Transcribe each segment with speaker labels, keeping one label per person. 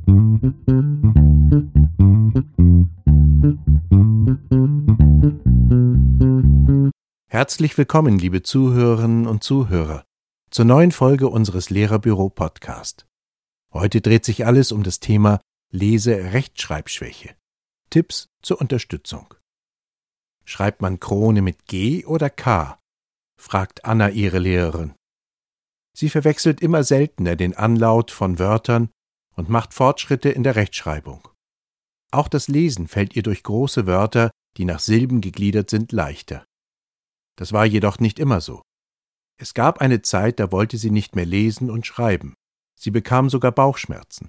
Speaker 1: Herzlich willkommen, liebe Zuhörerinnen und Zuhörer, zur neuen Folge unseres Lehrerbüro-Podcast. Heute dreht sich alles um das Thema Lese-Rechtschreibschwäche. Tipps zur Unterstützung. Schreibt man Krone mit G oder K? Fragt Anna ihre Lehrerin. Sie verwechselt immer seltener den Anlaut von Wörtern und macht Fortschritte in der Rechtschreibung. Auch das Lesen fällt ihr durch große Wörter, die nach Silben gegliedert sind, leichter. Das war jedoch nicht immer so. Es gab eine Zeit, da wollte sie nicht mehr lesen und schreiben. Sie bekam sogar Bauchschmerzen.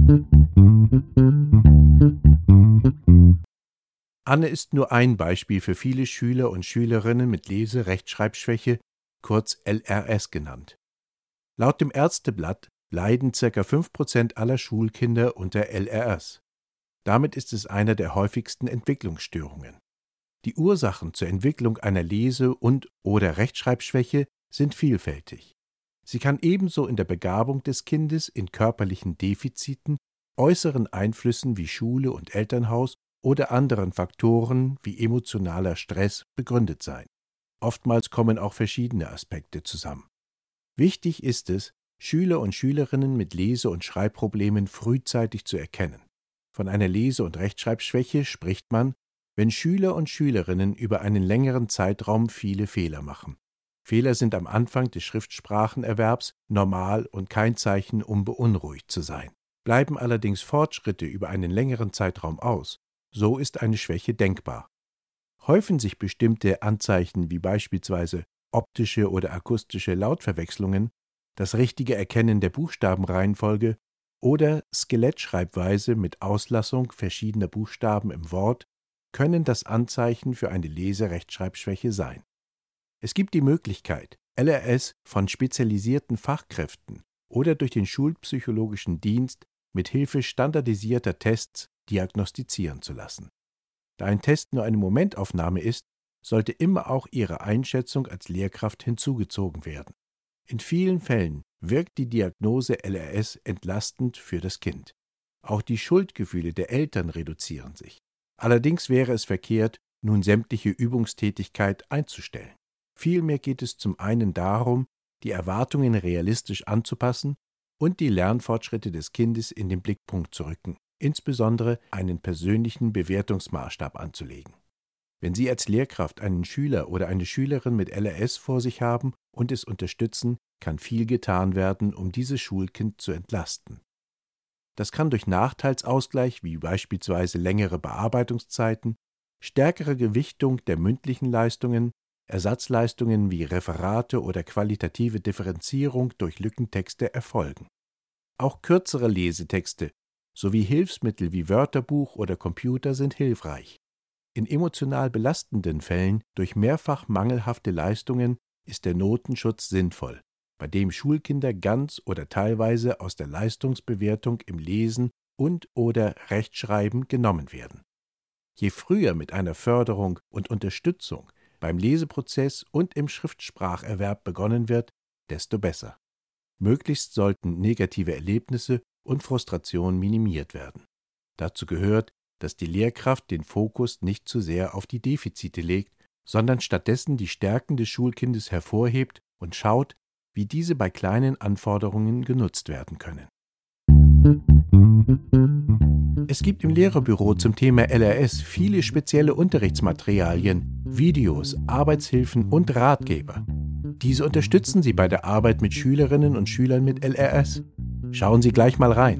Speaker 1: Anne ist nur ein Beispiel für viele Schüler und Schülerinnen mit Lese-Rechtschreibschwäche, kurz LRS genannt. Laut dem Ärzteblatt leiden ca. 5% aller Schulkinder unter LRS. Damit ist es einer der häufigsten Entwicklungsstörungen. Die Ursachen zur Entwicklung einer Lese- und/oder Rechtschreibschwäche sind vielfältig. Sie kann ebenso in der Begabung des Kindes, in körperlichen Defiziten, äußeren Einflüssen wie Schule und Elternhaus oder anderen Faktoren wie emotionaler Stress begründet sein. Oftmals kommen auch verschiedene Aspekte zusammen. Wichtig ist es, Schüler und Schülerinnen mit Lese- und Schreibproblemen frühzeitig zu erkennen. Von einer Lese- und Rechtschreibschwäche spricht man, wenn Schüler und Schülerinnen über einen längeren Zeitraum viele Fehler machen. Fehler sind am Anfang des Schriftsprachenerwerbs normal und kein Zeichen, um beunruhigt zu sein. Bleiben allerdings Fortschritte über einen längeren Zeitraum aus, so ist eine Schwäche denkbar. Häufen sich bestimmte Anzeichen wie beispielsweise optische oder akustische Lautverwechslungen, das richtige Erkennen der Buchstabenreihenfolge oder Skelettschreibweise mit Auslassung verschiedener Buchstaben im Wort, können das Anzeichen für eine Lese-Rechtschreibschwäche sein. Es gibt die Möglichkeit, LRS von spezialisierten Fachkräften oder durch den Schulpsychologischen Dienst mit Hilfe standardisierter Tests diagnostizieren zu lassen. Da ein Test nur eine Momentaufnahme ist, sollte immer auch Ihre Einschätzung als Lehrkraft hinzugezogen werden. In vielen Fällen wirkt die Diagnose LRS entlastend für das Kind. Auch die Schuldgefühle der Eltern reduzieren sich. Allerdings wäre es verkehrt, nun sämtliche Übungstätigkeit einzustellen. Vielmehr geht es zum einen darum, die Erwartungen realistisch anzupassen und die Lernfortschritte des Kindes in den Blickpunkt zu rücken, insbesondere einen persönlichen Bewertungsmaßstab anzulegen. Wenn Sie als Lehrkraft einen Schüler oder eine Schülerin mit LRS vor sich haben und es unterstützen, kann viel getan werden, um dieses Schulkind zu entlasten. Das kann durch Nachteilsausgleich wie beispielsweise längere Bearbeitungszeiten, stärkere Gewichtung der mündlichen Leistungen, Ersatzleistungen wie Referate oder qualitative Differenzierung durch Lückentexte erfolgen. Auch kürzere Lesetexte sowie Hilfsmittel wie Wörterbuch oder Computer sind hilfreich. In emotional belastenden Fällen durch mehrfach mangelhafte Leistungen ist der Notenschutz sinnvoll, bei dem Schulkinder ganz oder teilweise aus der Leistungsbewertung im Lesen und/oder Rechtschreiben genommen werden. Je früher mit einer Förderung und Unterstützung beim Leseprozess und im Schriftspracherwerb begonnen wird, desto besser. Möglichst sollten negative Erlebnisse und Frustration minimiert werden. Dazu gehört, dass die Lehrkraft den Fokus nicht zu sehr auf die Defizite legt, sondern stattdessen die Stärken des Schulkindes hervorhebt und schaut, wie diese bei kleinen Anforderungen genutzt werden können. Es gibt im Lehrerbüro zum Thema LRS viele spezielle Unterrichtsmaterialien, Videos, Arbeitshilfen und Ratgeber. Diese unterstützen Sie bei der Arbeit mit Schülerinnen und Schülern mit LRS. Schauen Sie gleich mal rein.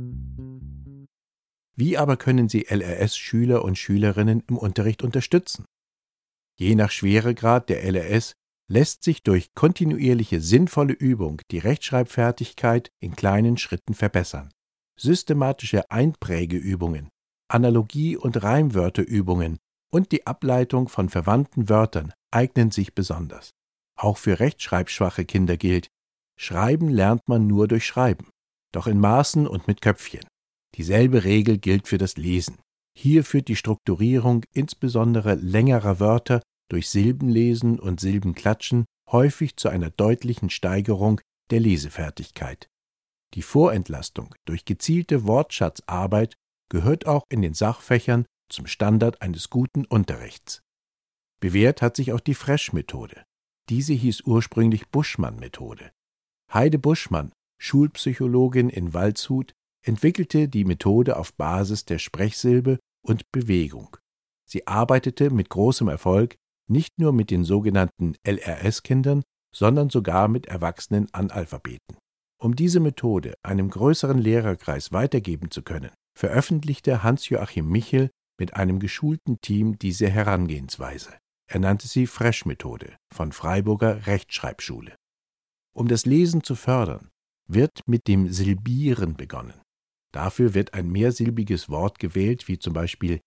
Speaker 1: Wie aber können Sie LRS-Schüler und Schülerinnen im Unterricht unterstützen? Je nach Schweregrad der LRS lässt sich durch kontinuierliche sinnvolle Übung die Rechtschreibfertigkeit in kleinen Schritten verbessern. Systematische Einprägeübungen, Analogie- und Reimwörterübungen und die Ableitung von verwandten Wörtern eignen sich besonders. Auch für rechtschreibschwache Kinder gilt, Schreiben lernt man nur durch Schreiben, doch in Maßen und mit Köpfchen. Dieselbe Regel gilt für das Lesen. Hier führt die Strukturierung insbesondere längerer Wörter durch Silbenlesen und Silbenklatschen häufig zu einer deutlichen Steigerung der Lesefertigkeit. Die Vorentlastung durch gezielte Wortschatzarbeit gehört auch in den Sachfächern zum Standard eines guten Unterrichts. Bewährt hat sich auch die Fresh-Methode. Diese hieß ursprünglich Buschmann-Methode. Heide Buschmann, Schulpsychologin in Waldshut, entwickelte die Methode auf Basis der Sprechsilbe und Bewegung. Sie arbeitete mit großem Erfolg nicht nur mit den sogenannten LRS-Kindern, sondern sogar mit erwachsenen Analphabeten. Um diese Methode einem größeren Lehrerkreis weitergeben zu können, veröffentlichte Hans-Joachim Michel mit einem geschulten Team diese Herangehensweise. Er nannte sie Fresh-Methode von Freiburger Rechtschreibschule. Um das Lesen zu fördern, wird mit dem Silbieren begonnen. Dafür wird ein mehrsilbiges Wort gewählt, wie zum Beispiel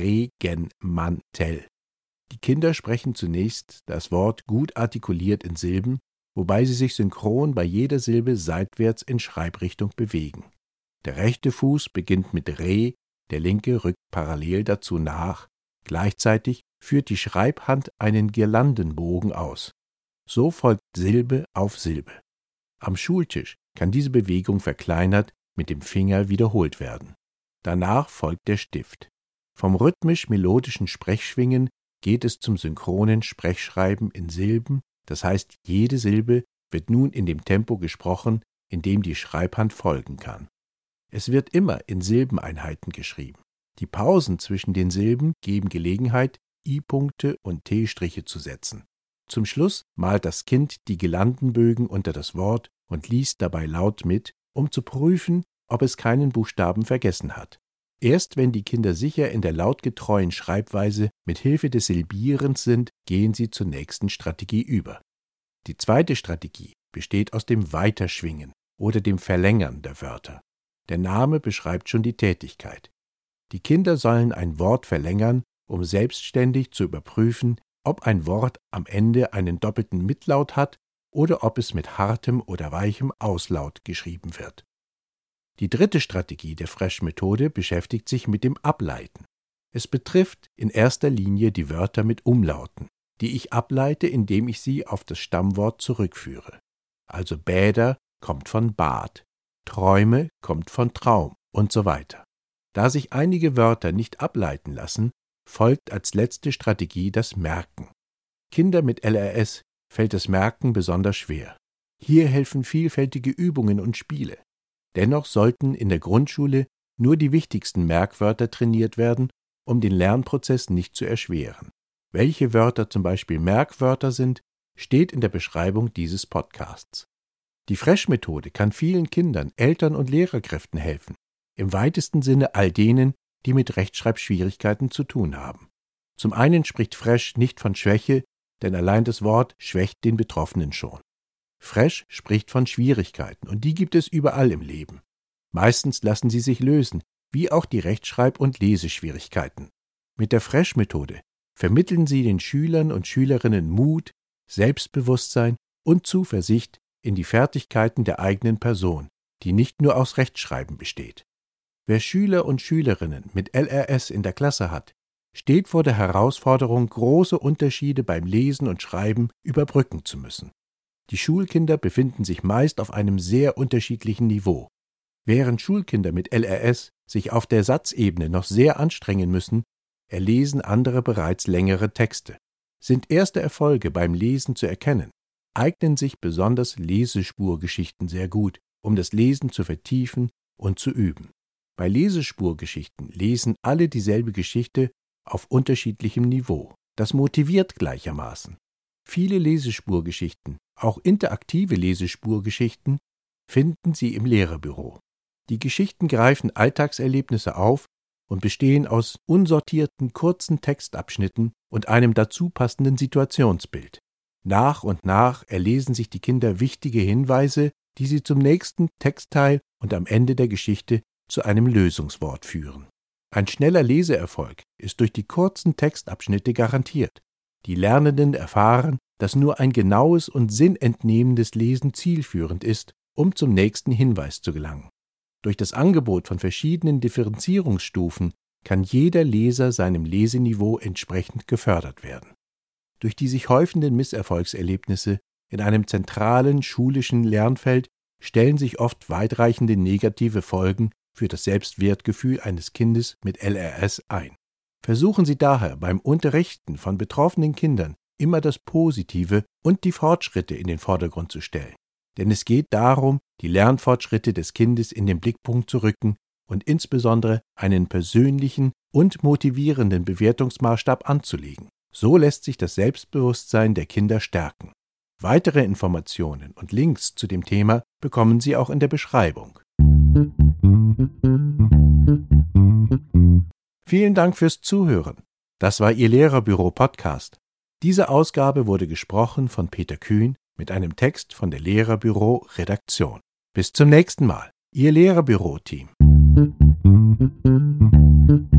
Speaker 1: Regenmantel. Die Kinder sprechen zunächst das Wort gut artikuliert in Silben, wobei sie sich synchron bei jeder Silbe seitwärts in Schreibrichtung bewegen. Der rechte Fuß beginnt mit Re, der linke rückt parallel dazu nach. Gleichzeitig führt die Schreibhand einen Girlandenbogen aus. So folgt Silbe auf Silbe. Am Schultisch kann diese Bewegung verkleinert mit dem Finger wiederholt werden. Danach folgt der Stift. Vom rhythmisch-melodischen Sprechschwingen geht es zum synchronen Sprechschreiben in Silben, das heißt, jede Silbe wird nun in dem Tempo gesprochen, in dem die Schreibhand folgen kann. Es wird immer in Silbeneinheiten geschrieben. Die Pausen zwischen den Silben geben Gelegenheit, I-Punkte und T-Striche zu setzen. Zum Schluss malt das Kind die Girlandenbögen unter das Wort und liest dabei laut mit, um zu prüfen, ob es keinen Buchstaben vergessen hat. Erst wenn die Kinder sicher in der lautgetreuen Schreibweise mit Hilfe des Silbierens sind, gehen sie zur nächsten Strategie über. Die zweite Strategie besteht aus dem Weiterschwingen oder dem Verlängern der Wörter. Der Name beschreibt schon die Tätigkeit. Die Kinder sollen ein Wort verlängern, um selbstständig zu überprüfen, ob ein Wort am Ende einen doppelten Mitlaut hat oder ob es mit hartem oder weichem Auslaut geschrieben wird. Die dritte Strategie der Fresh-Methode beschäftigt sich mit dem Ableiten. Es betrifft in erster Linie die Wörter mit Umlauten, die ich ableite, indem ich sie auf das Stammwort zurückführe. Also Bäder kommt von Bad, Träume kommt von Traum und so weiter. Da sich einige Wörter nicht ableiten lassen, folgt als letzte Strategie das Merken. Kinder mit LRS fällt das Merken besonders schwer. Hier helfen vielfältige Übungen und Spiele. Dennoch sollten in der Grundschule nur die wichtigsten Merkwörter trainiert werden, um den Lernprozess nicht zu erschweren. Welche Wörter zum Beispiel Merkwörter sind, steht in der Beschreibung dieses Podcasts. Die Fresh-Methode kann vielen Kindern, Eltern und Lehrerkräften helfen, im weitesten Sinne all denen, die mit Rechtschreibschwierigkeiten zu tun haben. Zum einen spricht Fresh nicht von Schwäche, denn allein das Wort schwächt den Betroffenen schon. Fresh spricht von Schwierigkeiten und die gibt es überall im Leben. Meistens lassen sie sich lösen, wie auch die Rechtschreib- und Leseschwierigkeiten. Mit der Fresh-Methode vermitteln sie den Schülern und Schülerinnen Mut, Selbstbewusstsein und Zuversicht in die Fertigkeiten der eigenen Person, die nicht nur aus Rechtschreiben besteht. Wer Schüler und Schülerinnen mit LRS in der Klasse hat, steht vor der Herausforderung, große Unterschiede beim Lesen und Schreiben überbrücken zu müssen. Die Schulkinder befinden sich meist auf einem sehr unterschiedlichen Niveau. Während Schulkinder mit LRS sich auf der Satzebene noch sehr anstrengen müssen, erlesen andere bereits längere Texte. Sind erste Erfolge beim Lesen zu erkennen, eignen sich besonders Lesespurgeschichten sehr gut, um das Lesen zu vertiefen und zu üben. Bei Lesespurgeschichten lesen alle dieselbe Geschichte auf unterschiedlichem Niveau. Das motiviert gleichermaßen. Viele Lesespurgeschichten, auch interaktive Lesespurgeschichten, finden Sie im Lehrerbüro. Die Geschichten greifen Alltagserlebnisse auf und bestehen aus unsortierten kurzen Textabschnitten und einem dazu passenden Situationsbild. Nach und nach erlesen sich die Kinder wichtige Hinweise, die sie zum nächsten Textteil und am Ende der Geschichte zu einem Lösungswort führen. Ein schneller Leseerfolg ist durch die kurzen Textabschnitte garantiert. Die Lernenden erfahren, dass nur ein genaues und sinnentnehmendes Lesen zielführend ist, um zum nächsten Hinweis zu gelangen. Durch das Angebot von verschiedenen Differenzierungsstufen kann jeder Leser seinem Leseniveau entsprechend gefördert werden. Durch die sich häufenden Misserfolgserlebnisse in einem zentralen schulischen Lernfeld stellen sich oft weitreichende negative Folgen für das Selbstwertgefühl eines Kindes mit LRS ein. Versuchen Sie daher beim Unterrichten von betroffenen Kindern immer das Positive und die Fortschritte in den Vordergrund zu stellen. Denn es geht darum, die Lernfortschritte des Kindes in den Blickpunkt zu rücken und insbesondere einen persönlichen und motivierenden Bewertungsmaßstab anzulegen. So lässt sich das Selbstbewusstsein der Kinder stärken. Weitere Informationen und Links zu dem Thema bekommen Sie auch in der Beschreibung. Vielen Dank fürs Zuhören. Das war Ihr Lehrerbüro-Podcast. Diese Ausgabe wurde gesprochen von Peter Kühn mit einem Text von der Lehrerbüro-Redaktion. Bis zum nächsten Mal. Ihr Lehrerbüro-Team.